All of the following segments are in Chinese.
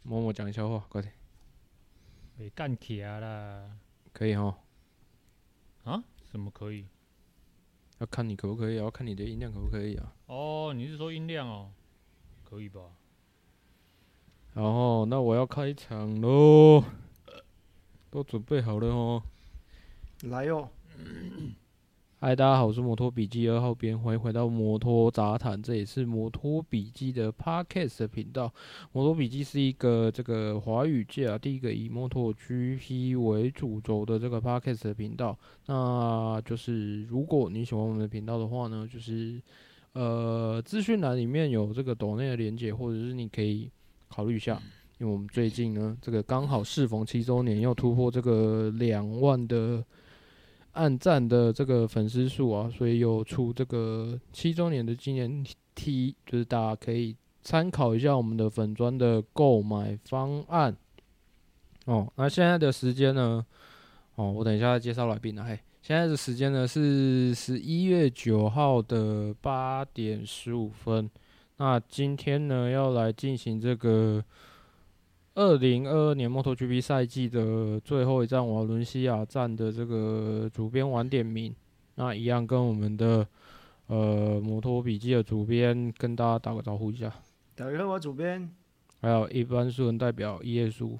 默默讲笑话，快点。 没干起啊啦！ 可以齁。 啊？什么可以？ 要看你可不可以啊，要看你的音量可不可以啊。 哦，你是说音量哦？可以吧？ 然后，那我要开场喽，都准备好了齁。 来哟！ 嗨，大家好，我是摩托笔记2号编，欢迎回到摩托杂谈，这也是摩托笔记的 Podcast 的频道。摩托笔记是一个这个华语界第一个以摩托 GP 为主轴的这个 Podcast 的频道。那就是如果你喜欢我们的频道的话呢，就是资讯栏里面有这个抖内的连结，或者是你可以考虑一下。因为我们最近呢，这个刚好适逢7周年，要突破这个2万的按赞的这个粉丝数啊，所以有出这个7周年的纪念 T， 就是大家可以参考一下我们的粉专的购买方案。哦，那现在的时间呢？哦，我等一下再介绍来宾啊。嘿，现在的时间呢是11月9号的8点15分。那今天呢要来进行这个2022年 MotoGP 赛季的最后一站瓦伦西亚站的这个主编晚点名，那一样跟我们的摩托笔记的主编跟大家打个招呼一下。 大家好，我主编， 还有一般素人代表一页书。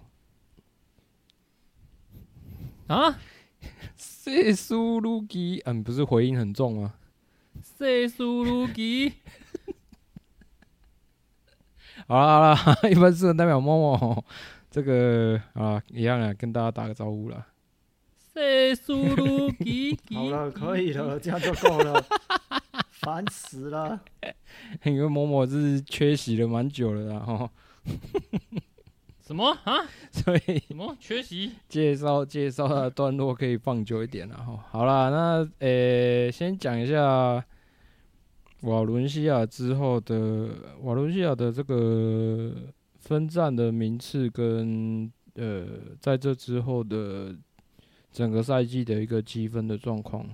啊？ 谢苏鲁基，你不是回音很重吗？ 谢苏鲁基。 好啦，一般素人代表默默，这个一样啊，跟大家打个招呼啦。 谢苏鲁基。 好了，可以了，这样就够了，烦死了。 因为默默是缺席了蛮久了啦，齁。 什么啊？ 所以什么缺席？ 介绍他的段落可以放久一点啦。好啦，那先讲一下瓦伦西亚之后的瓦伦西亚的这个分站的名次跟在这之后的整个赛季的一个积分的状况。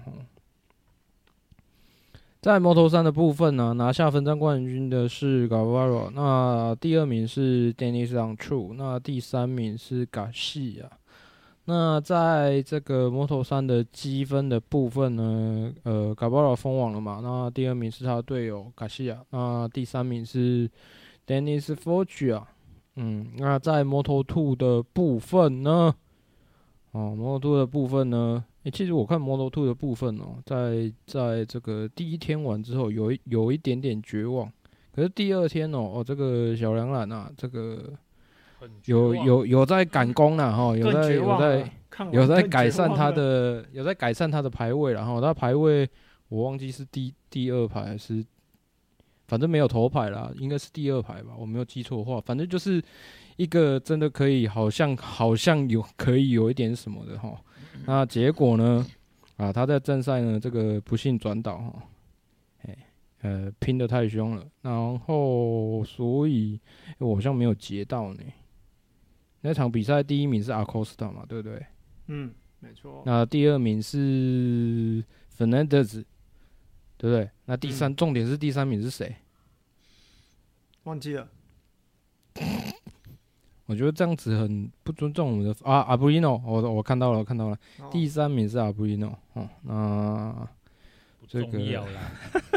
在摩托3的部分呢，拿下分站冠军的是 Guevara， 那第2名是 Dennis Untrue， 那第3名是 Garcia。那在这个摩托3的积分的部分呢，Guevara 封王了嘛，那第2名是他的队友 Garcia， 那第3名是 Dennis Foggia。那在摩托2的部分呢，摩托2的部分呢，其实我看摩托2的部分在这个第一天完之后有一点点绝望，可是第2天这个小梁兰这个有在赶工啦有在改善他的排位，然后他排位我忘记是第2排还是，反正没有头排啦，应该是第2排吧，我没有记错的话，反正就是一个真的可以好像可以有一点什么的齁。那结果呢？他在正赛呢，这个不幸转倒拼得太凶了，然后所以我好像没有截到呢。那场比赛第1名是 Acosta 嘛，对不对？ 没错。 那第2名是 Fernandez， 对不对？那重点是第3名是谁？ 忘记了。 我觉得这样子很不尊重我们的阿布利诺，我看到了，第3名是阿布利诺，那这个不重要啦。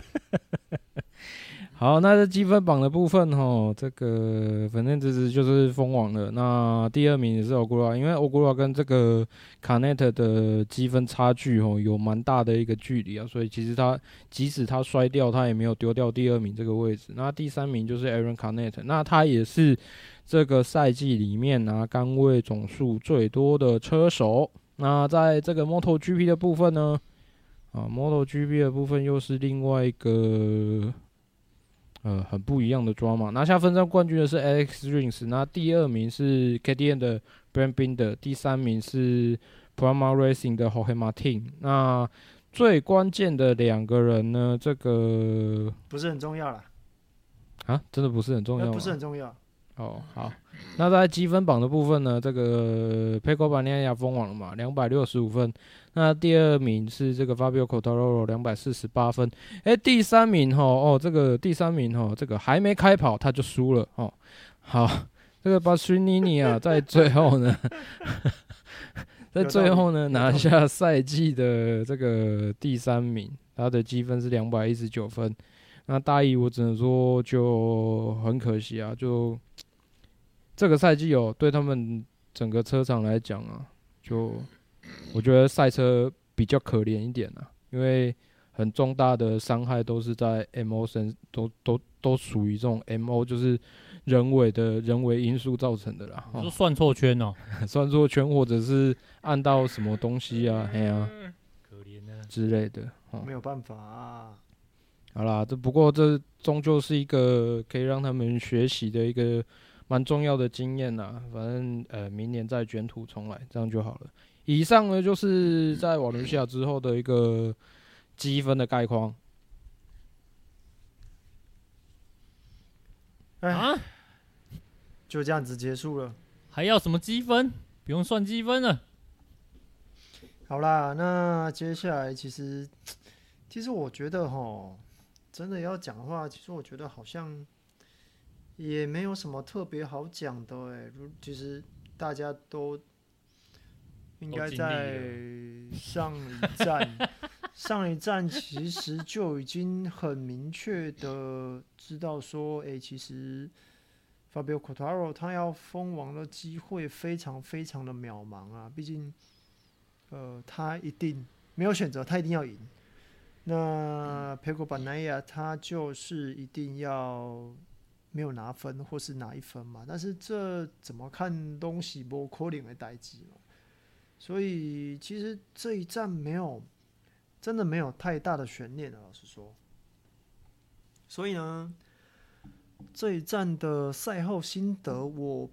好，那在积分榜的部分这个反正就是封王了。那第2名也是欧古拉，因为欧古拉跟这个卡内特的积分差距有蛮大的一个距离啊，所以其实即使他摔掉，他也没有丢掉第2名这个位置。那第3名就是 Aaron Canet， 那他也是这个赛季里面拿杆位总数最多的车手。那在这个 MotoGP 的部分呢，MotoGP 的部分又是另外一个很不一样的drama。拿下分站冠军的是 Alex Rins， 那第2名是 KTM 的 Brent Binder， 第3名是 Pramac Racing 的 Jorge Martin。那最关键的2个人呢，这个不是很重要啦。 真的不是很重要吗？ 不是很重要。 好，那在积分榜的部分呢，这个 Pecco Bagnaia 封王了嘛，265分。那第2名是这个 Fabio Quartararo 248分。第3名这个第3名这个还没开跑他就输了好， 这个巴西尼尼啊，在最后呢，拿下赛季的这个第3名，他的积分是219分。那大意我只能说就很可惜啊，就这个赛季对他们整个车厂来讲啊，就我觉得赛车比较可怜一点啊，因为很重大的伤害都是在 MO 身，都属于这种 MO， 就是人为因素造成的啦。 你说算错圈哦， 算错圈或者是按到什么东西啊，嘿啊， 可怜啊之类的。 没有办法啊。 好啦，不过这终究是一个可以让他们学习的一个蛮重要的经验啦。反正明年再卷土重来，这样就好了。以上呢就是在瓦伦西亚之后的一个积分的概况。 啊， 就这样子结束了。 还要什么积分？不用算积分了。 好啦，那接下来其实我觉得真的要讲的话，其实我觉得好像也没有什么特别好讲的其实大家都应该在上一站其实就已经很明确的知道说，其实 Fabio Quartararo 他要封王的机会非常非常的渺茫啊，毕竟他一定没有选择，他一定要赢。那 Pecco Bagnaia 他就是一定要没有拿分或是拿1分嘛，但是这怎么看东西不可能的代志嘛，所以其实这一站真的没有太大的悬念了，老实说。所以呢，这一站的赛后心得，我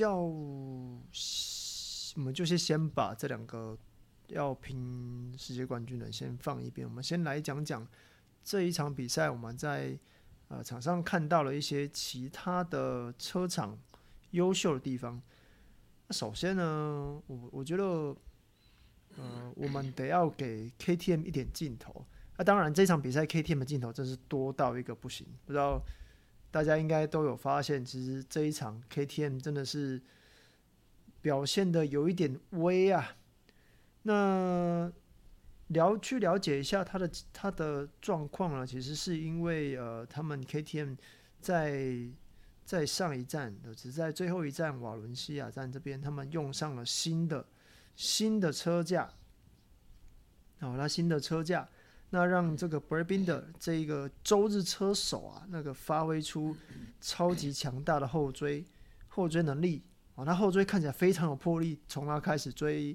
们就先把这2个要拼世界冠军的先放一边，我们先来讲讲这一场比赛我们在场上看到了一些其他的车厂优秀的地方。首先呢，我觉得我们得要给 KTM 一点镜头。当然这场比赛 KTM 的镜头真是多到一个不行，不知道大家应该都有发现，其实这一场 KTM 真的是表现的有一点微啊。那去了解一下他的状况呢，其实是因为他们 KTM 在上一站，只在最后一站瓦伦西亚站这边，他们用上了新的车架。那新的车架，那让这个 Brad Binder 这一个周日车手啊，那个发挥出超级强大的后追能力。他后追看起来非常有魄力，从他开始追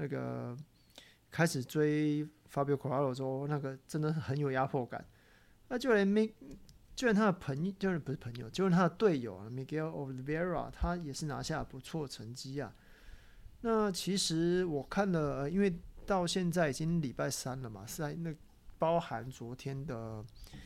Fabio Quartararo 之后，那个真的很有压迫感。那就连他的朋友，就是不是朋友，就是他的队友 Miguel Oliveira， 他也是拿下不错成绩啊。那其实我看了，因为到现在已经礼拜3了嘛，包含昨天的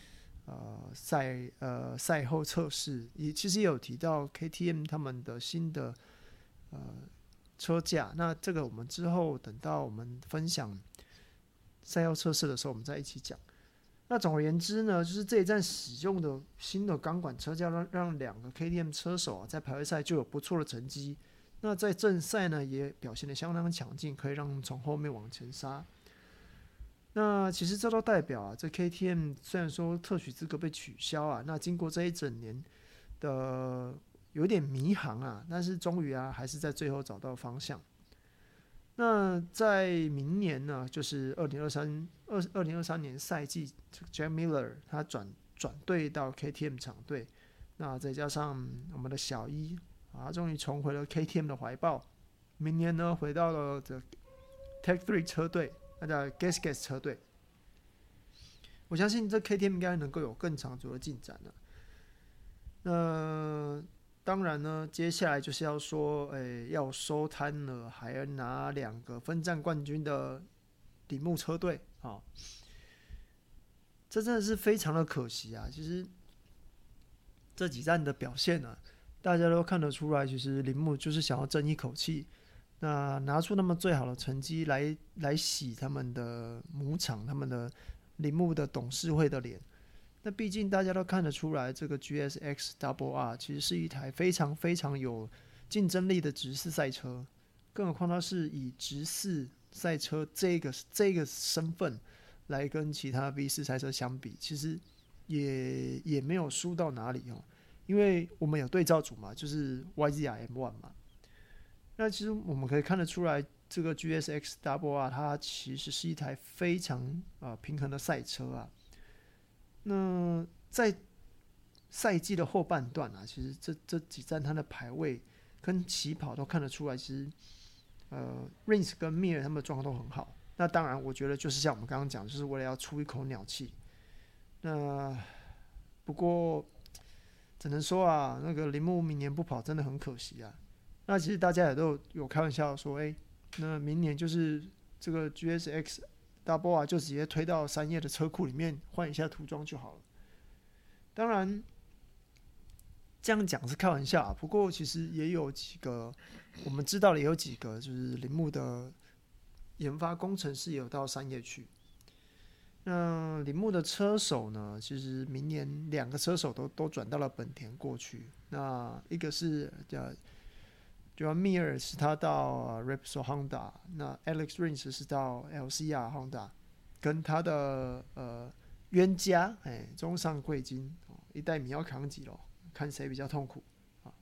赛后测试，其实也有提到 KTM 他们的新的车架。那这个我们之后等到我们分享赛后测试的时候，我们再一起讲。那总而言之呢，就是这一站使用的新的钢管车架，让2个 KTM 车手在排位赛就有不错的成绩。那在正赛呢，也表现得相当强劲，可以让他们从后面往前杀。那其实这都代表这 KTM 虽然说特许资格被取消那经过这一整年的有点迷航但是终于还是在最后找到方向。那在明年呢，就是2023年赛季 ，Jack Miller 他转队到 KTM 厂队，那再加上我们的小一他终于重回了 KTM 的怀抱。明年呢，回到了这 Tech 3车队。那叫 Gasgas 车队，我相信这 KTM 应该能够有更长足的进展了。那当然呢，接下来就是要说，要收摊了，还要拿2个分站冠军的铃木车队这真的是非常的可惜啊！其实这几站的表现大家都看得出来，其实铃木就是想要争一口气。那拿出他们最好的成绩来洗他们的母厂，他们的铃木的董事会的脸。 那毕竟大家都看得出来，这个 GSX-RR 其实是一台非常非常有竞争力的直四赛车，更何况它是以直四赛车这个身份来跟其他 V4 赛车相比，其实也没有输到哪里哦。因为我们有对照组嘛，就是 YZR-M1 嘛。那其实我们可以看得出来，这个 GSX-RR 它其实是一台非常平衡的赛车啊。那在赛季的后半段啊，其实这几站它的排位跟起跑都看得出来，其实Rins 跟 Mir 他们的状况都很好。那当然，我觉得就是像我们刚刚讲，就是为了要出一口鸟气。那不过只能说啊，那个铃木明年不跑真的很可惜啊。那其实大家也都有开玩笑说，那明年就是这个 GSX-RR 就直接推到3叶的车库里面换一下涂装就好了。当然，这样讲是开玩笑啊，不过其实也有几个我们知道的，也有几个就是铃木的研发工程师也有到3叶去。那铃木的车手呢，其实明年2个车手都转到了本田过去。那一个是就Mir 是他到 Repsol Honda， 那 Alex Rins 是到 LCR Honda， 跟他的冤家中上贵金一代米要扛几咯，看谁比较痛苦啊。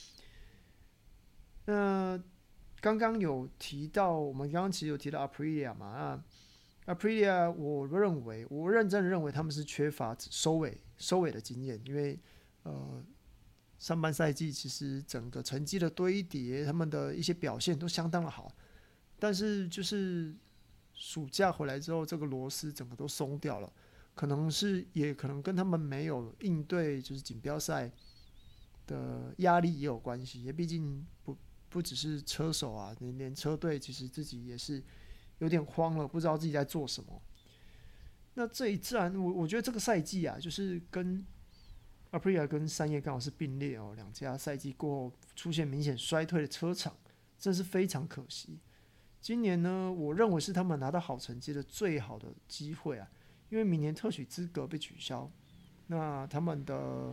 那刚刚有提到，我们刚刚其实有提到 Aprilia 嘛，那 Aprilia 我认真的认为他们是缺乏收尾的经验，因为上半赛季其实整个成绩的堆叠，他们的一些表现都相当的好，但是就是暑假回来之后，这个螺丝整个都松掉了，也可能跟他们没有应对就是锦标赛的压力也有关系，也毕竟不只是车手啊，连车队其实自己也是有点慌了，不知道自己在做什么。那这一站，我觉得这个赛季啊，就是跟Aprilia 跟3叶刚好是并列哦，两家赛季过后出现明显衰退的车厂，真是非常可惜。今年呢，我认为是他们拿到好成绩的最好的机会啊，因为明年特许资格被取消，那他们的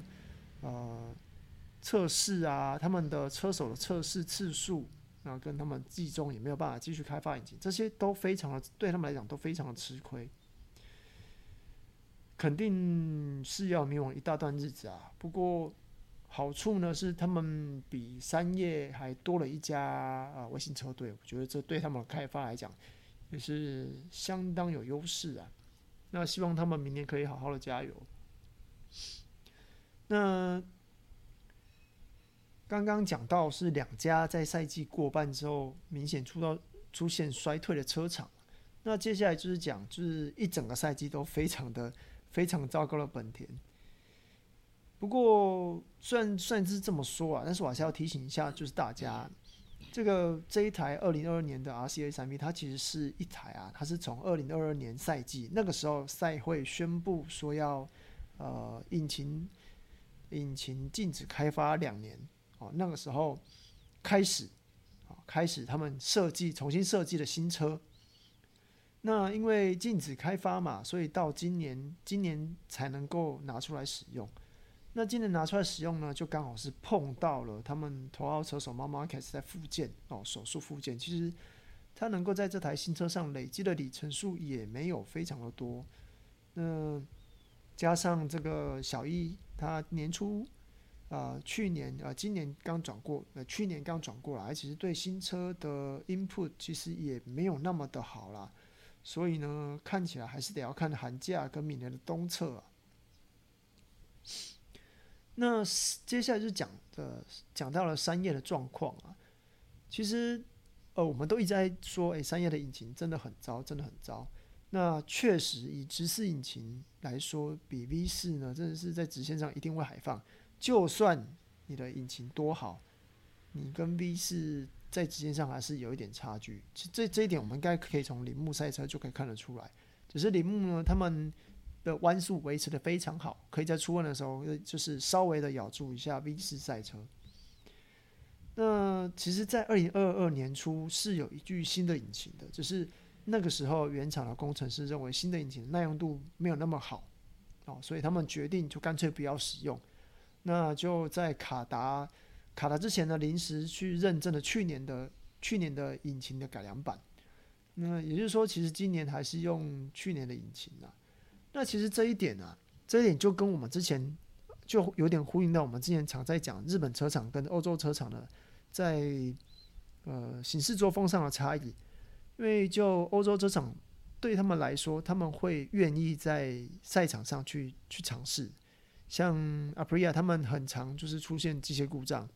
测试啊，他们的车手的测试次数，那跟他们季中也没有办法继续开发引擎，这些都非常的对他们来讲都非常的吃亏。肯定是要迷惘一大段日子啊。不过好处呢是他们比3叶还多了一家微型车队，我觉得这对他们的开发来讲也是相当有优势啊。那希望他们明年可以好好的加油。那刚刚讲到是两家在赛季过半之后明显出现衰退的车厂，那接下来就是讲就是一整个赛季都非常糟糕的本田。不过虽然是这么说啊，但是我还是要提醒一下，就是大家这一台2022年的 RCA 3V， 它其实是一台啊，它是从2022年赛季那个时候赛会宣布说要引擎禁止开发2年哦，那个时候开始他们重新设计的新车。那因为禁止开发嘛，所以到今年才能够拿出来使用。那今年拿出来使用呢，就刚好是碰到了他们头号车手马马凯斯在复健手术复健。其实他能够在这台新车上累积的里程数也没有非常的多。那加上这个小一，他年初今年刚转过，去年刚转过来，其实对新车的 input 其实也没有那么的好啦。所以呢，看起来还是得要看寒假跟明年的冬测啊。那接下来就讲到了3叶的状况啊。其实我们都一直在说，3叶的引擎真的很糟，真的很糟。那确实以直四引擎来说，比 V4 呢，真的是在直线上一定会海放。就算你的引擎多好，你跟 V4在直线上还是有一点差距。这一点我们应该可以从铃木赛车就可以看得出来。只是铃木呢，他们的弯速维持的非常好，可以在出弯的时候就是稍微的咬住一下 V4 赛车。那其实在2022年初是有一具新的引擎的，只是那个时候原厂的工程师认为新的引擎的耐用度没有那么好， 所以他们决定就干脆不要使用。那就在卡达之前呢，临时去认证了去年的引擎的改良版。那也就是说，其实今年还是用去年的引擎啊。那其实这一点就跟我们之前就有点呼应到我们之前常在讲日本车厂跟欧洲车厂的在行事作风上的差异。因为就欧洲车厂对他们来说，他们会愿意在赛场上去尝试。像 Aprilia 他们很常就是出现机械故障，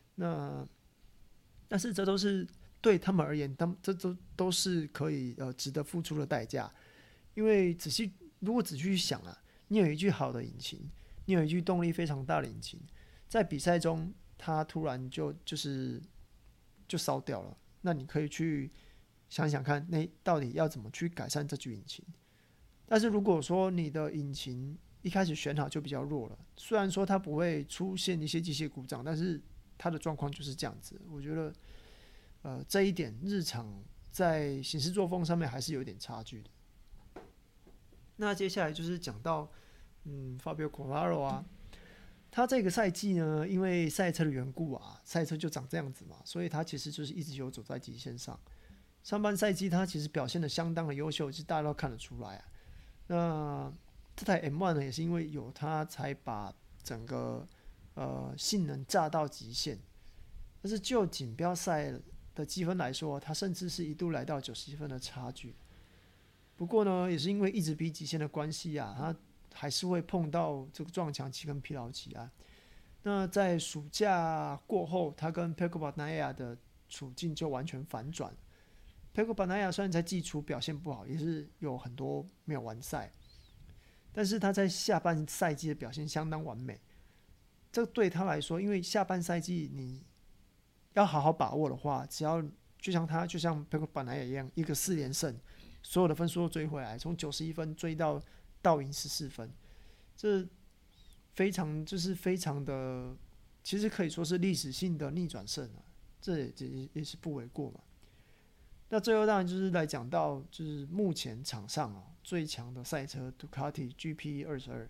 但是这都是对他们而言，这都是可以值得付出的代价。因为如果仔细去想啊，你有一具好的引擎，你有一具动力非常大的引擎，在比赛中它突然就烧掉了，那你可以去想想看，那到底要怎么去改善这具引擎？但是如果说你的引擎一开始选好就比较弱了，虽然说它不会出现一些机械故障，但是它的状况就是这样子。我觉得，这一点日常在行事作风上面还是有点差距的。那接下来就是讲到Fabio Quartararo 啊，他这个赛季呢，因为赛车的缘故啊，赛车就长这样子嘛，所以他其实就是一直游走在极限上。上半赛季他其实表现的相当的优秀，其实大家都看得出来啊。那这台 M1 呢，也是因为有它才把整个性能炸到极限。但是就锦标赛的积分来说，它甚至是一度来到90分的差距。不过呢，也是因为一直逼极限的关系啊，它还是会碰到这个撞墙期跟疲劳期啊。那在暑假过后，他跟 Pecco Bagnaia 的处境就完全反转。Pecco Bagnaia 虽然在季初表现不好，也是有很多没有完赛。但是他在下半赛季的表现相当完美，这对他来说，因为下半赛季你要好好把握的话，只要就像 Pecco Bagnaia 一样，一个4连胜，所有的分数都追回来，从91分追到倒赢14分，这非常的，其实可以说是历史性的逆转胜啊，这也是不为过嘛。那最后当然就是来讲到，就是目前场上最强的赛车杜卡迪 GP22，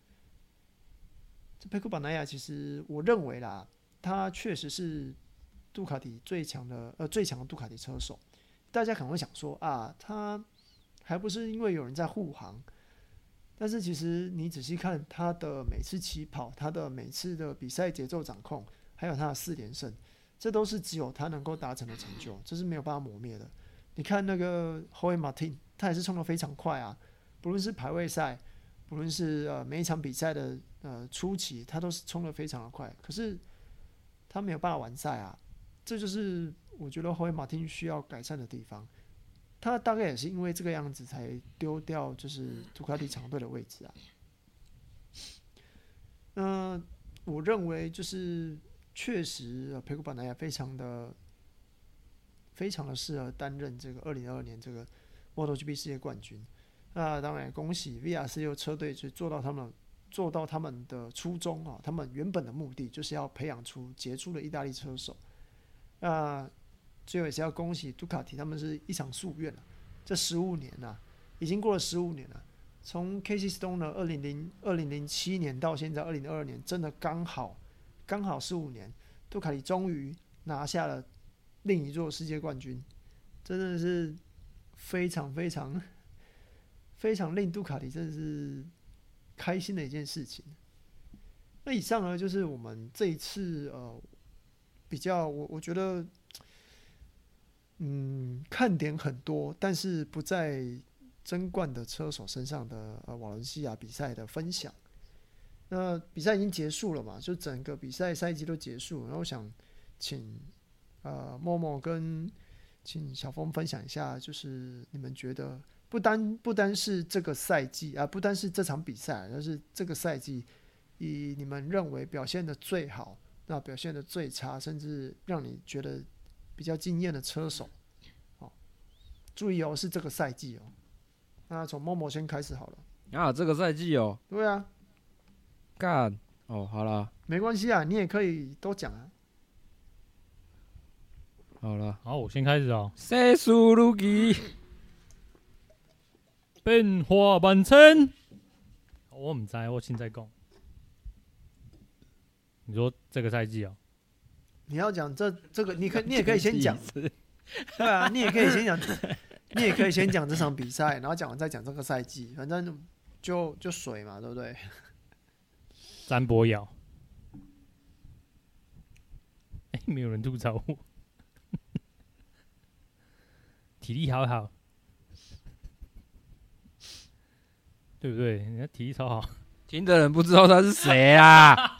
这佩库巴奈亚其实我认为啦，他确实是杜卡迪最强的杜卡迪车手。大家可能会想说啊，他还不是因为有人在护航？但是其实你仔细看他的每次起跑，他的每次的比赛节奏掌控，还有他的4连胜。这都是只有他能够达成的成就，这是没有办法磨灭的。你看那个 Jorge Martin， 他也是冲得非常快啊，不论是排位赛，不论是每一场比赛的初期，他都是冲得非常的快。可是他没有办法完赛啊，这就是我觉得 Jorge Martin 需要改善的地方。他大概也是因为这个样子才丢掉就是杜卡迪厂队的位置啊。我认为就是。确实，佩库巴奈亚非常的适合担任这个2022年这个 MotoGP 世界冠军。那当然，恭喜 VR46 车队就做到他们的初衷啊，他们原本的目的就是要培养出杰出的意大利车手。那最后也是要恭喜杜卡迪，他们是一场夙愿这15年已经过了15年了。从 Casey Stoner 2007年到现在2022年，真的刚好15年，杜卡迪终于拿下了另一座世界冠军，真的是非常令杜卡迪真的是开心的一件事情。那以上呢，就是我们这一次比较我觉得看点很多，但是不在争冠的车手身上的瓦伦西亚比赛的分享。那比赛已经结束了嘛，就整个比赛赛季都结束，然后我想请默默跟请小峰分享一下，就是你们觉得不单是这个赛季不单是这场比赛，而是这个赛季以你们认为表现的最好，那表现的最差，甚至让你觉得比较惊艳的车手，注意是这个赛季那从默默先开始好了这个赛季对啊。 干好啦， 没关系你也可以都讲好了， 好，我先开始赛苏鲁基变化万千。好， 我唔知，我现在讲。你说这个赛季哦？ 你要讲这个，你也可以先讲，对啊，你也可以先讲，你也可以先讲这场比赛，然后讲完再讲这个赛季，反正就水嘛，对不对？ 詹博尧，没有人吐槽我，体力好好，对不对？人家体力超好， 听的人不知道他是谁啊？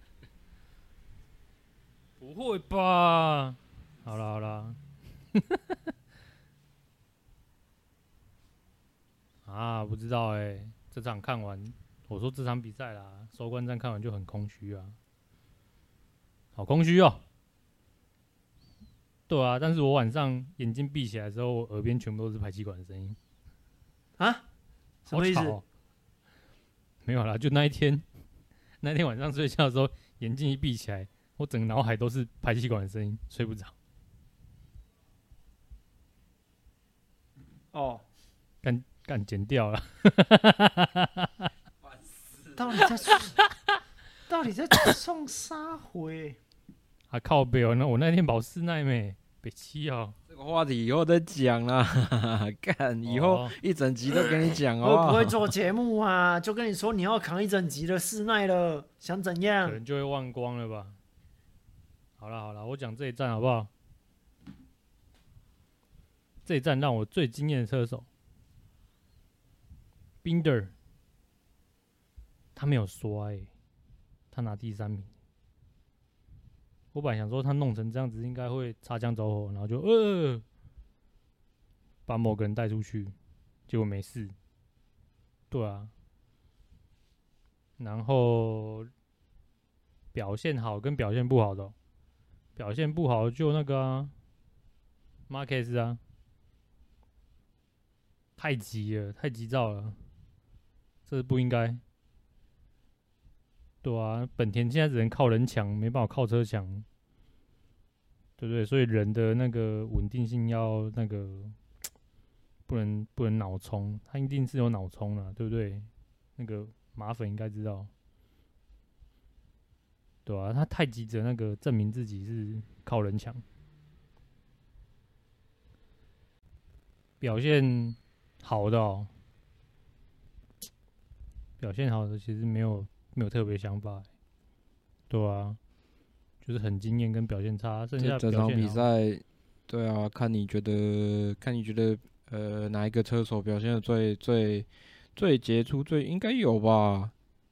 不会吧？好啦好啦，啊，不知道这场看完，我说这场比赛啦，收官战看完就很空虚啊，好空虚哦。对啊，但是我晚上眼睛闭起来之后，我耳边全部都是排气管的声音啊？什么意思？ 好吵哦没有啦，就那一天晚上睡觉的时候，眼睛一闭起来，我整个脑海都是排气管的声音，睡不着。 哦， 干剪掉了。 到底在冲啥回？ 啊靠北哦，那我那天保室内没北七哦。 这个话题以后再讲啦，干以后一整集都跟你讲哦。 会不会做节目啊？就跟你说你要扛一整集的室内了，想怎样？ 可能就会忘光了吧。好了，我讲这一站好不好？这一站让我最惊艳的车手 Binder， 他没有摔他拿第3名。我本来想说他弄成这样子应该会擦枪走火，然后就把某个人带出去，结果没事。对啊，然后表现好跟表现不好的表现不好就那个啊 ，Marquez 啊，太急了，太急躁了，这不应该。对啊，本田现在只能靠人强，没办法靠车强，对不对？所以人的那个稳定性要那个不能脑冲，他一定是有脑冲的，对不对？那个马粉应该知道，对啊，他太急着那个证明自己是靠人强，表现好的哦，表现好的其实没有特别想法，对啊，就是很惊艳跟表现差，剩下这场表现好比赛，对啊，看你觉得哪一个车手表现的最杰出，应该有吧？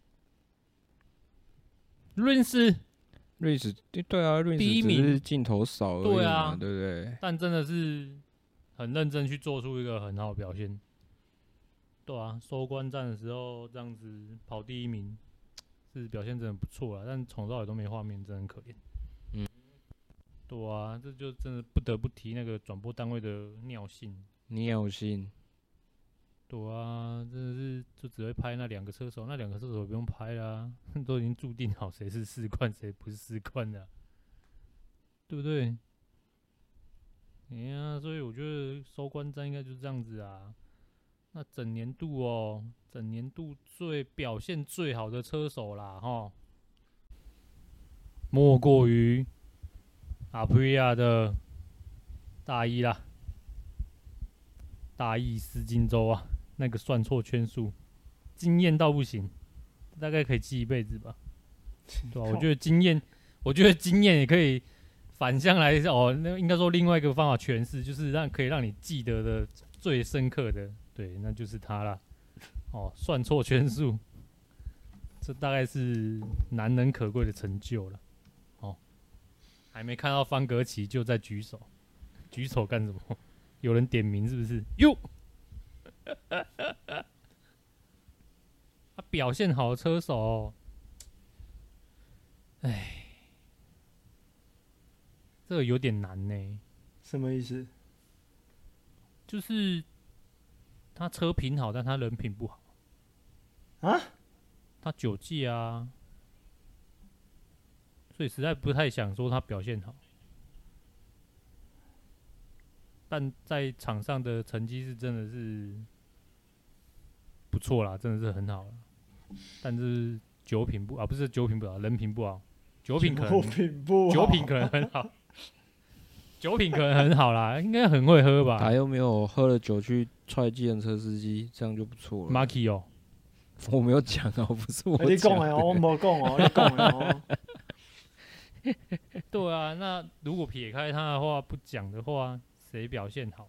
润斯瑞士对啊，瑞士只第一名是镜头少而已嘛， 对啊对不对？ 但真的是很认真去做出一个很好的表现。对啊，收官战的时候这样子跑第1名，是表现真的不错啦。但从头到尾都没画面，真的很可怜。 嗯， 对啊，这就真的不得不提那个转播单位的尿性。 你有心， 对啊，真的是就只会拍那2个车手，那2个车手不用拍啦，都已经注定好谁是4冠，谁不是4冠的，对不对？哎呀，所以我觉得收官战应该就是这样子啊。那整年度表现最好的车手啦，齁，莫过于阿普利亚的大一啦，大意失荆州啊，那个算错圈数，惊艳到不行，大概可以记一辈子吧。对吧、我觉得惊艳也可以反向来哦，那应该说另外一个方法诠释，就是可以让你记得的最深刻的，对，那就是他啦。哦，算错圈数，这大概是难能可贵的成就了。哦，还没看到方格奇就在举手，举手干什么？有人点名是不是？哟，他表现好的车手，哎，这个有点难呢。 什么意思？ 就是他车品好，但他人品不好啊？ 他9季啊，所以实在不太想说他表现好，但在场上的成绩是真的是不错啦，真的是很好啦。 但是酒品不啊，不是酒品不好，人品不好，酒品可酒能品不好， 酒品可能很好，酒品可能很好啦，应该很会喝吧他又没有喝了酒去踹计程车司机，这样就不错了。 ？Marky 哦， 我没有讲啊，不是我你讲讲的哦，我没讲哦，你讲的哦。 对啊，那如果撇开他的话不讲的话，谁表现好？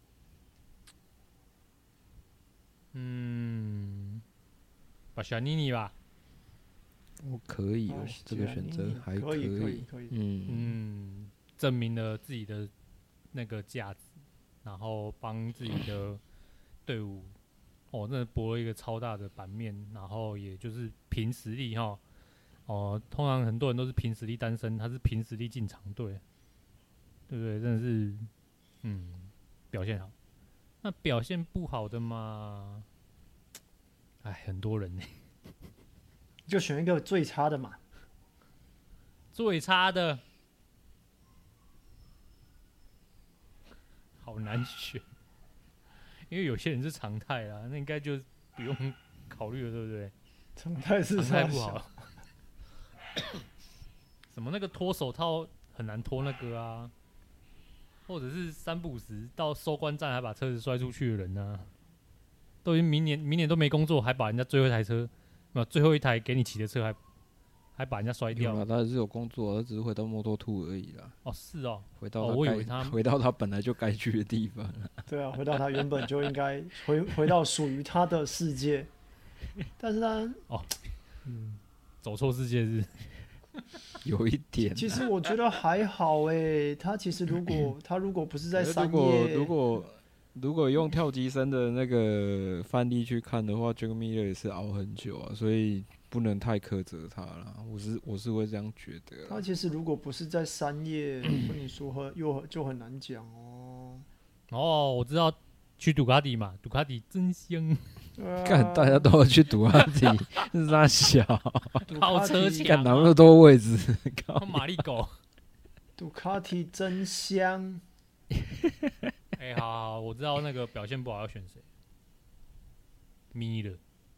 把小妮妮吧， 我可以哦这个选择还可以，可以。 以，可以。 证明了自己的那个价值，然后帮自己的队伍，真的搏了一个超大的版面，然后也就是凭实力哈，通常很多人都是凭实力单身，他是凭实力进场队，对不对？真的是，表现好。那表现不好的嘛，很多人呢， 就选一个最差的嘛。 最差的。好难选，因为有些人是常态啦，那应该就不用考虑了，对不对？ 常态是常态不好，什么那个脱手套很难脱那个啊，或者是3不5时到收官站还把车子摔出去的人啊，都已经明年都没工作，还把人家最后一台车，最后一台给你骑的车还把人家摔掉了，他还是有工作，他只是回到摩托兔而已啦。 哦，是哦， 回到我以为他回到他本来就该去的地方了。 对啊，回到他原本就应该回到属于他的世界，但是他走错世界是有一点。 其实我觉得还好诶，他其实如果不是在3夜， 如果用跳级生的那个范例去看的话 ，Jack Miller 也是熬很久啊，所以不能太苛责他啦。我是会这样觉得。 他其实如果不是在3夜，我跟你说就很难讲哦。 我知道去杜卡迪嘛，杜卡迪真香。 看大家都要去杜卡迪，是啥小？ 靠车墙， 看哪那么多位置？ 靠马力狗。 杜卡迪真香。 好，我知道那个表现不好要选谁。咪了，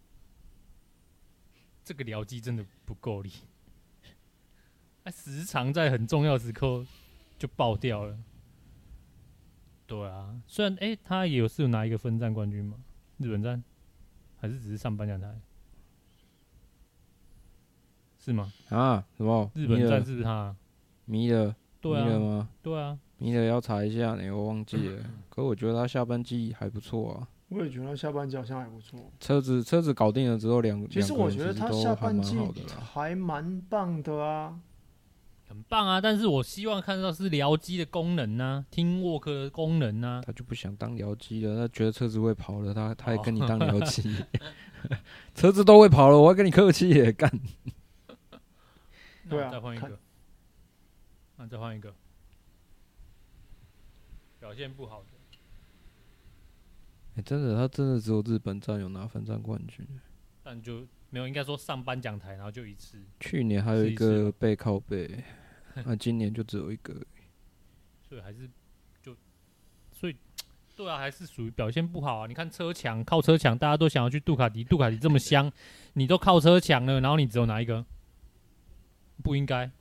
这个僚机真的不够力，时常在很重要时刻就爆掉了。对啊，虽然他也是有拿一个分站冠军嘛，日本站，还是只是上颁奖台？是吗？ 啊？什么？ 日本站是不是他？ 迷了？ 对啊。 迷了吗？ 对啊。 迷了要查一下呢，我忘记了。可我觉得他下半季还不错啊。 我也觉得他下半季好像还不错。 车子搞定了之后， 其实我觉得他下半季还蛮棒的啊。 很棒啊，但是我希望看到是僚机的功能啊，Teamwork 的功能啊。 他就不想当僚机了，他觉得车子会跑了，他还跟你当僚机，车子都会跑了，我还跟你客气耶，干。 对啊，再换一个，再换一个，表现不好的。 真的，他真的只有日本站有拿分站冠军， 但就没有，应该说上颁奖台，然后就一次。 去年还有一个背靠背，那今年就只有一个。 所以还是所以对啊，还是属于表现不好啊。你看靠车墙，大家都想要去杜卡迪，杜卡迪这么香，你都靠车墙了，然后你只有拿一个，不应该，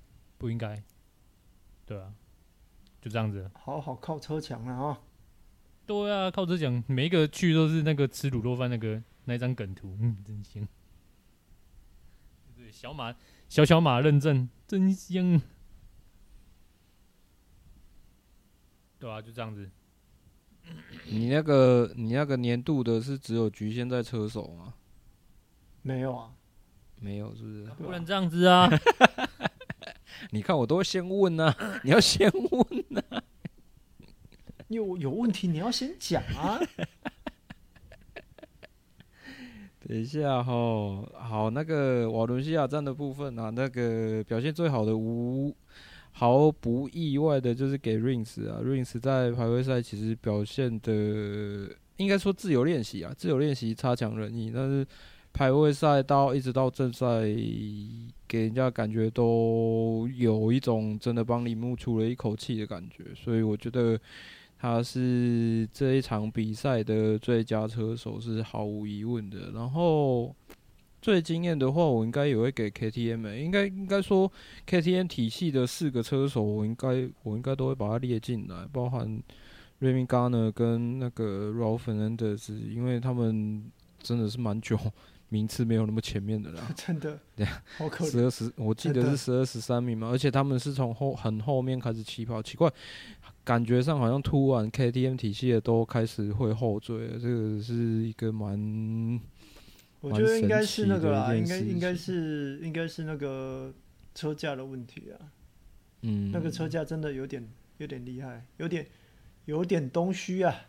对啊，就这样子。 好好靠车墙啊！哦， 对啊，靠车墙，每一个去都是那个吃卤肉饭那张梗图，真香。对，小马认证，真香。对啊，就这样子。 你那个年度的是只有局限在车手吗？ 没有啊， 没有是不是？ 不能这样子啊！ 你看我都会先问啊，你要先问啊。 有问题你要先讲啊。 等一下齁，好，那个瓦伦西亚站的部分啊，那个表现最好的毫不意外的就是给 Rins 啊 ，Rins 在排位赛其实表现的应该说自由练习啊，自由练习差强人意，但是排位赛一直到正赛，给人家感觉都有一种真的帮铃木出了一口气的感觉，所以我觉得他是这一场比赛的最佳车手是毫无疑问的。然后最惊艳的话，我应该也会给 KTM、应该说 KTM 体系的4个车手，我应该都会把它列进来，包含 Remy Gardner 跟那个 Raul Fernandez， 因为他们真的是蛮久名次没有那么前面的啦， 真的， 对， 好可怜。 我记得是12、13名嘛，而且他们是从很后面开始起跑，奇怪，感觉上好像突然 KTM 体系的都开始会后追了，这个是一个我觉得应该是那个啦，应该是那个车架的问题啊。那个车架真的有点厉害，有点东西啊。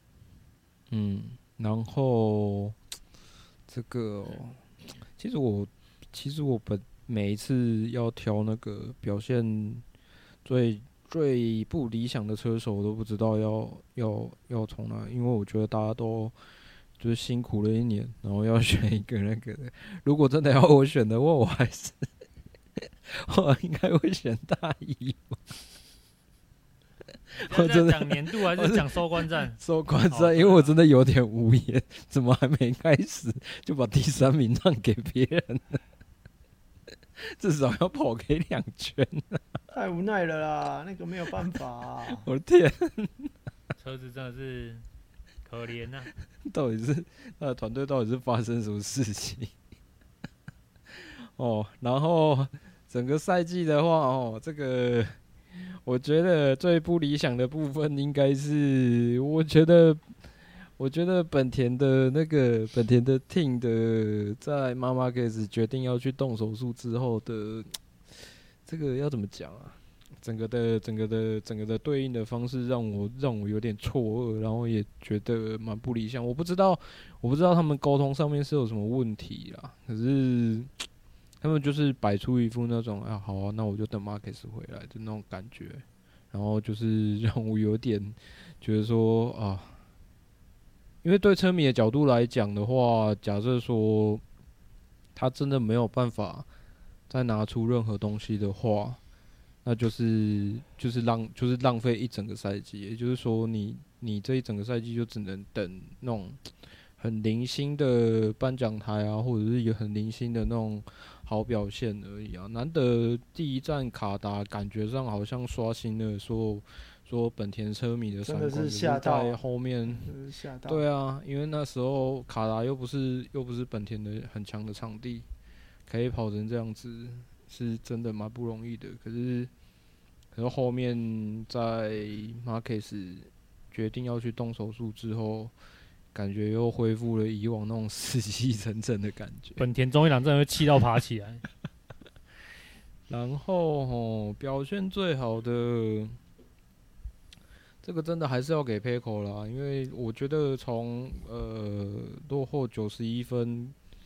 然后这个、其实我每一次要挑那个表现最不理想的车手，我都不知道要从哪，因为我觉得大家都就是辛苦了一年，然后要选一个那个的。如果真的要我选的话，我还是我应该会选大一。 我真的讲年度还是讲收官战？ 收官战，因为我真的有点无言，怎么还没开始就把第3名让给别人了？至少要跑给2圈啊！ 太无奈了啦，那个没有办法啊！ 我的天， 车子真的是可怜啊！ 到底是他的团队到底是发生什么事情？然后整个赛季的话，这个我觉得最不理想的部分应该是，我觉得本田的 team 的在妈妈开始决定要去动手术之后的这个要怎么讲啊？整个的对应的方式让我有点错愕，然后也觉得蛮不理想。我不知道他们沟通上面是有什么问题啦，可是他们就是摆出一副那种好啊，那我就等马克斯回来的那种感觉，然后就是让我有点觉得说啊，因为对车迷的角度来讲的话，假设说他真的没有办法再拿出任何东西的话，那就是浪费一整个赛季，也就是说你这一整个赛季就只能等那种很零星的颁奖台啊，或者是有很零星的那种好表现而已啊。难得第一站卡达感觉上好像刷新了说本田车迷的三观， 真的是吓到， 在后面吓到。 对啊，因为那时候卡达又不是本田的很强的场地，可以跑成这样子，是真的蛮不容易的。可是后面在马克斯决定要去动手术之后，感觉又恢复了以往那种死气沉沉的感觉。 本田中一郎真的会气到爬起来。 然后表现最好的，这个真的还是要给 Pecco 啦，因为我觉得从落后91分，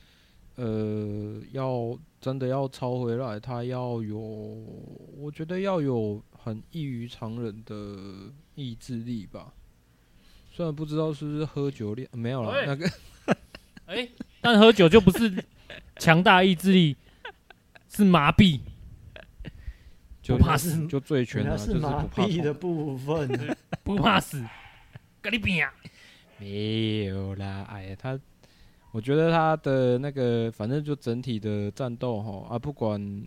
真的要超回来，他我觉得要有很异于常人的意志力吧。虽然不知道是不是喝酒练，没有啦，那个但喝酒就不是强大意志力，是麻痹。不怕死就醉拳啊， 是麻痹的部分， 不怕死，跟你比啊！ 没有啦，我觉得他的那个，反正就整体的战斗不管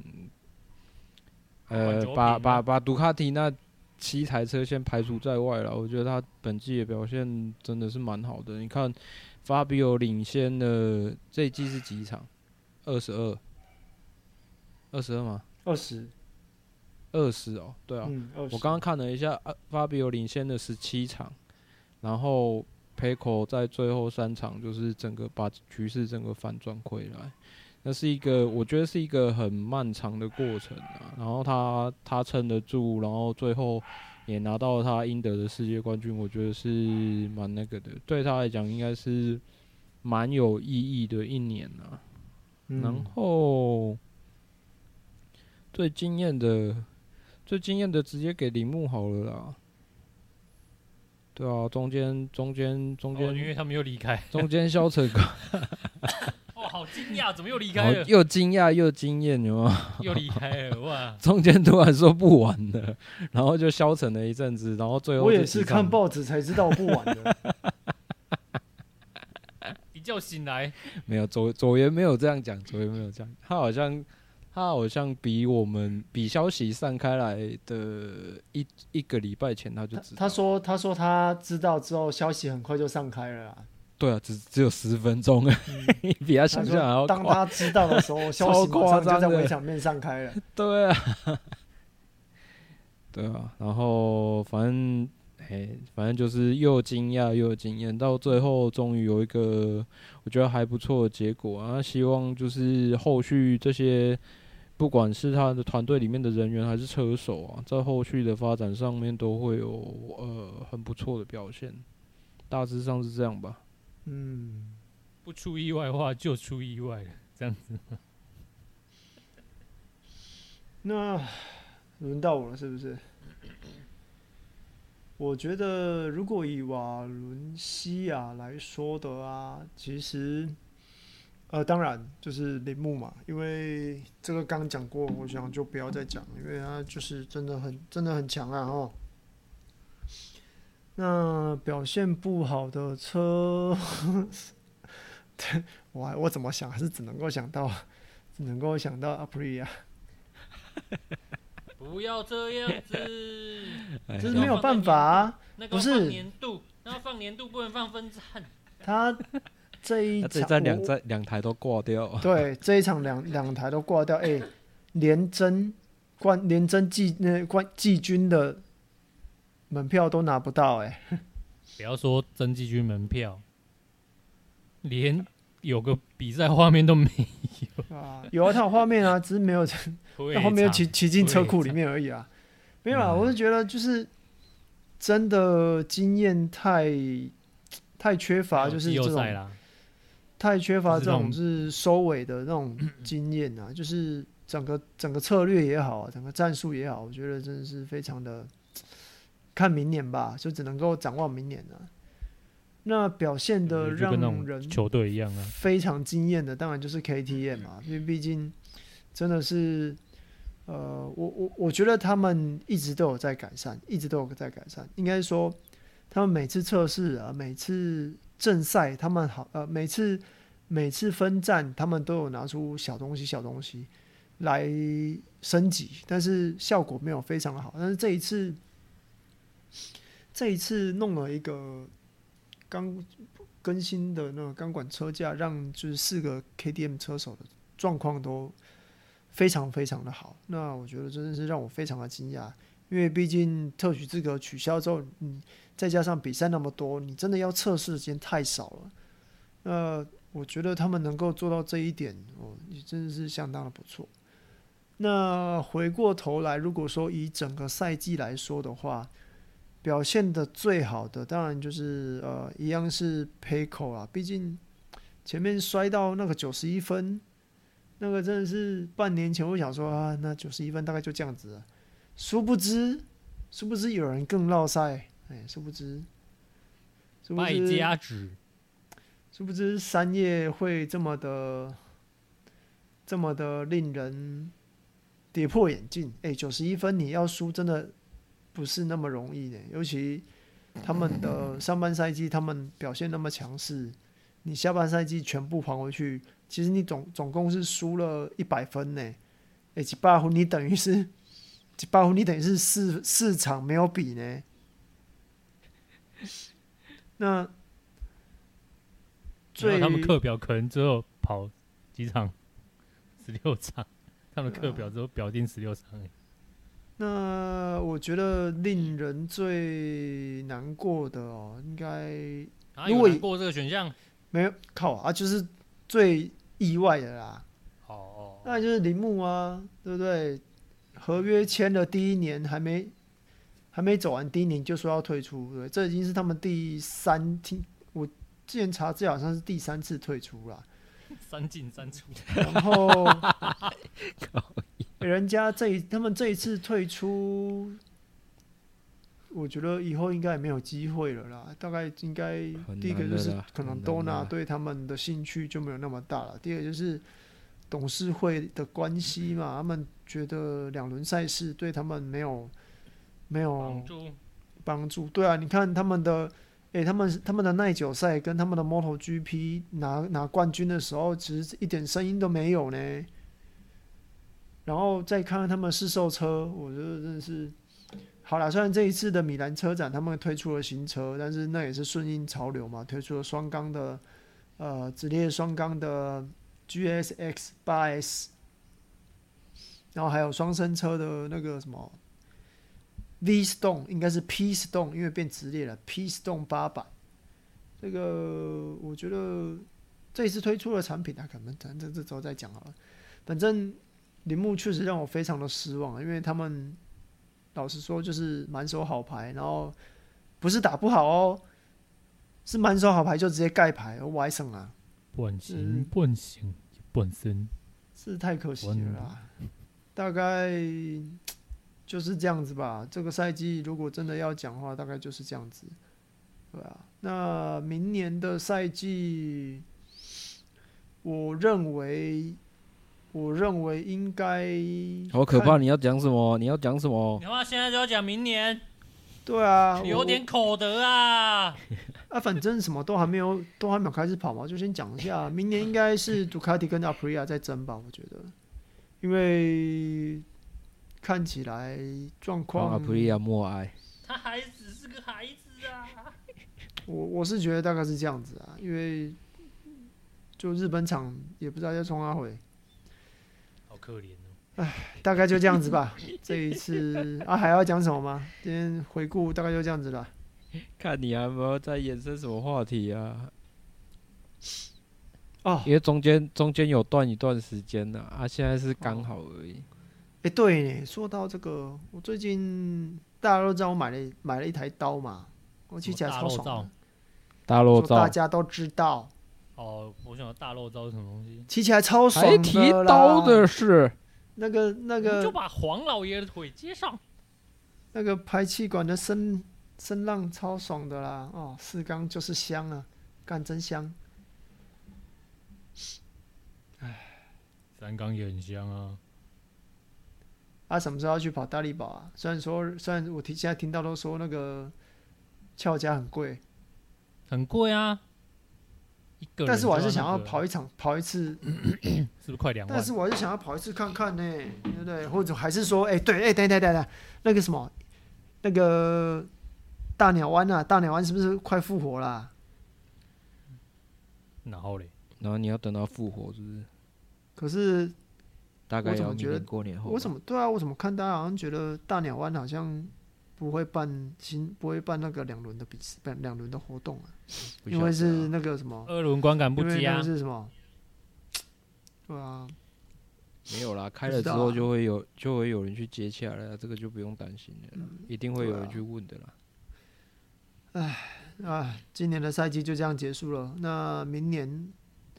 把杜卡迪那7台车先排除在外了，我觉得他本季的表现真的是蛮好的。你看，Fabio 领先的这一季是几场？22吗？20哦，对啊，我刚刚看了一下，Fabio 领先的17场，然后 Pecco 在最后3场就是整个把局势整个反转回来，那是我觉得是一个很漫长的过程啊。然后他撑得住，然后最后也拿到了他应得的世界冠军，我觉得是蛮那个的，对他来讲应该是蛮有意义的一年啊。然后最惊艳的直接给铃木好了啦。对啊，中间， 因为他们又离开， 中间消沉哥， 好惊讶，怎么又离开了？ 又惊讶又惊艳，有没有？ 又离开了，哇！ 中间突然说不玩了，然后就消沉了一阵子，然后最后我也是看报纸才知道不玩的。 比觉醒来， 没有左元没有这样讲，左元没有这样，他好像比消息散开来的一个礼拜前他就知道。 他说他知道之后，消息很快就散开了啦。 对啊，只有10分钟，比他想象还要快。 当他知道的时候，消息马上就在微场面散开了。 对啊，对啊，然后反正就是又惊讶又惊艳，到最后终于有一个我觉得还不错的结果啊！希望就是后续这些，不管是他的团队里面的人员还是车手啊，在后续的发展上面都会有很不错的表现，大致上是这样吧。 不出意外的话就出意外了，这样子。 那轮到我了，是不是？我觉得，如果以瓦伦西亚来说的啊，其实，当然就是铃木嘛，因为这个刚讲过，我想就不要再讲，因为他就是真的很强啊哦。那表现不好的车，我怎么想还是只能够想到 Aprilia。 不要这样子， 这是没有办法啊。不是放年度，然后放年度不能放分站。 他这一场两台都挂掉。 对，这一场两台都挂掉。连真季军的门票都拿不到不要说真季军门票，连有个比赛画面都没有啊！有啊，他有画面啊，只是没有在后面骑进车库里面而已啊。没有啦，我是觉得就是真的经验太缺乏，就是这种太缺乏这种是收尾的那种经验啊，就是整个策略也好，整个战术也好，我觉得真的是非常的看明年吧，就只能够展望明年了。那表现的让人球队一样啊， 非常惊艳的，当然就是 KTM 嘛，因为毕竟真的是，我觉得他们一直都有在改善，应该说，他们每次测试啊，每次正赛，他们每次分站，他们都有拿出小东西来升级，但是效果没有非常好。但是这一次弄了一个刚更新的那个钢管车架，让就是4个 KTM 车手的状况都非常非常的好。那我觉得真的是让我非常的惊讶，因为毕竟特许资格取消之后，再加上比赛那么多，你真的要测试的时间太少了。我觉得他们能够做到这一点，也真的是相当的不错。那回过头来，如果说以整个赛季来说的话，表现的最好的当然就是一样是 Pecco 啊，毕竟前面摔到那个91分，那个真的是半年前我想说啊，那91分大概就这样子了，殊不知有人更落赛，殊不知败家子， 殊不知3叶会这么的令人跌破眼镜。91分你要输真的不是那么容易的，尤其他们的上半赛季他们表现那么强势，你下半赛季全部还回去，其实你总共是输了100分呢。100分你等于是4场没有比呢。那他们课表可能只有跑几场，16场，他们课表只有表定16场而已。 那我觉得令人最难过的应该有难过这个选项没有靠啊，就是最意外的啦。那就是铃木啊，对不对？合约签了第一年还没走完，第一年就说要退出，对，这已经是他们第3次，我之前查资料好像是第3次退出啦。 3进3出， 然后人家他们这一次退出，我觉得以后应该也没有机会了啦。大概应该第一个就是可能Dorna对他们的兴趣就没有那么大了，第二个就是董事会的关系嘛，他们觉得2轮赛事对他们没有帮助。对啊，你看他们的他们的耐久赛跟他们的 MotoGP 拿冠军的时候，其实一点声音都没有呢。然后再看看他们试售车，我觉得真的是好啦。虽然这一次的米兰车展他们推出了新车，但是那也是顺应潮流嘛，推出了双缸的直列双缸的 GSX 8S， 然后还有双生车的那个什么 V Stone， 应该是 P Stone， 因为变直列了 ，P Stone 800。这个我觉得这一次推出的产品，可能咱这周再讲好了。反正铃木确实让我非常的失望，因为他们老实说就是满手好牌，然后不是打不好哦，是满手好牌就直接盖牌，我还省啊， 半行半行半身， 是太可惜了啦。大概就是这样子吧。这个赛季如果真的要讲的话，大概就是这样子，对啊。那明年的赛季，我认为应该好可怕！你要讲什么？你要讲什么？ 你要现在就要讲明年？ 对啊， 有点口德啊！ 反正什么都还没有开始跑嘛，就先讲一下。明年应该是杜卡迪跟阿普利亚在争吧，我觉得，因为看起来状况， 阿普利亚默哀， 他还只是个孩子啊！ 我是觉得大概是这样子啊，因为就日本厂也不知道要冲阿回。 好可怜哦。 大概就这样子吧。这一次还要讲什么吗？今天回顾大概就这样子了。 看你还有没有再延伸什么话题啊？ 哦， 因为中间有断一段时间了啊，现在是刚好而已。 对呢，说到这个，我最近大家都知道我买了一台刀嘛，我骑起来超爽的。 大漏罩， 大家都知道。 哦，我想大漏罩是什么东西？ 骑起来超爽的啦。 还提刀的是那个， 就把黄老爷的腿接上。 那个排气管的声浪超爽的啦！哦，四缸就是香啊，干真香。 三缸也很香啊。 什么时候要去跑大力宝啊？虽然我现在听到都说那个票价很贵， 很贵啊。 但是我还是想要跑一次， 是不是快2万？ 但是我还是想要跑一次看看呢，对不对？或者还是说，等，那个什么，那个大鸟湾啊，大鸟湾是不是快复活啦？ 然后嘞， 然后你要等到复活，是不是？ 可是大概要明年过年后。 我怎么看大家好像觉得大鸟湾好像不会办那个2轮的比赛，2轮的活动啊？因为是那个什么 2轮观感不佳。 因为那个是什么？对啊， 没有啦，开了之后就会有人去接起来了，这个就不用担心了，一定会有人去问的啦。 今年的赛季就这样结束了。那明年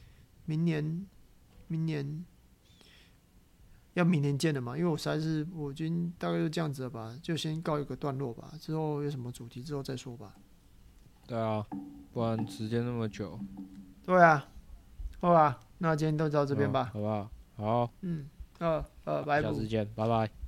要明年见了嘛？因为我觉得大概就这样子了吧，就先告一个段落吧。之后有什么主题之后再说吧。 对啊，不然时间那么久。 对啊，好吧，那今天就到这边吧， 好不好？好， 拜拜。 下次见，拜拜。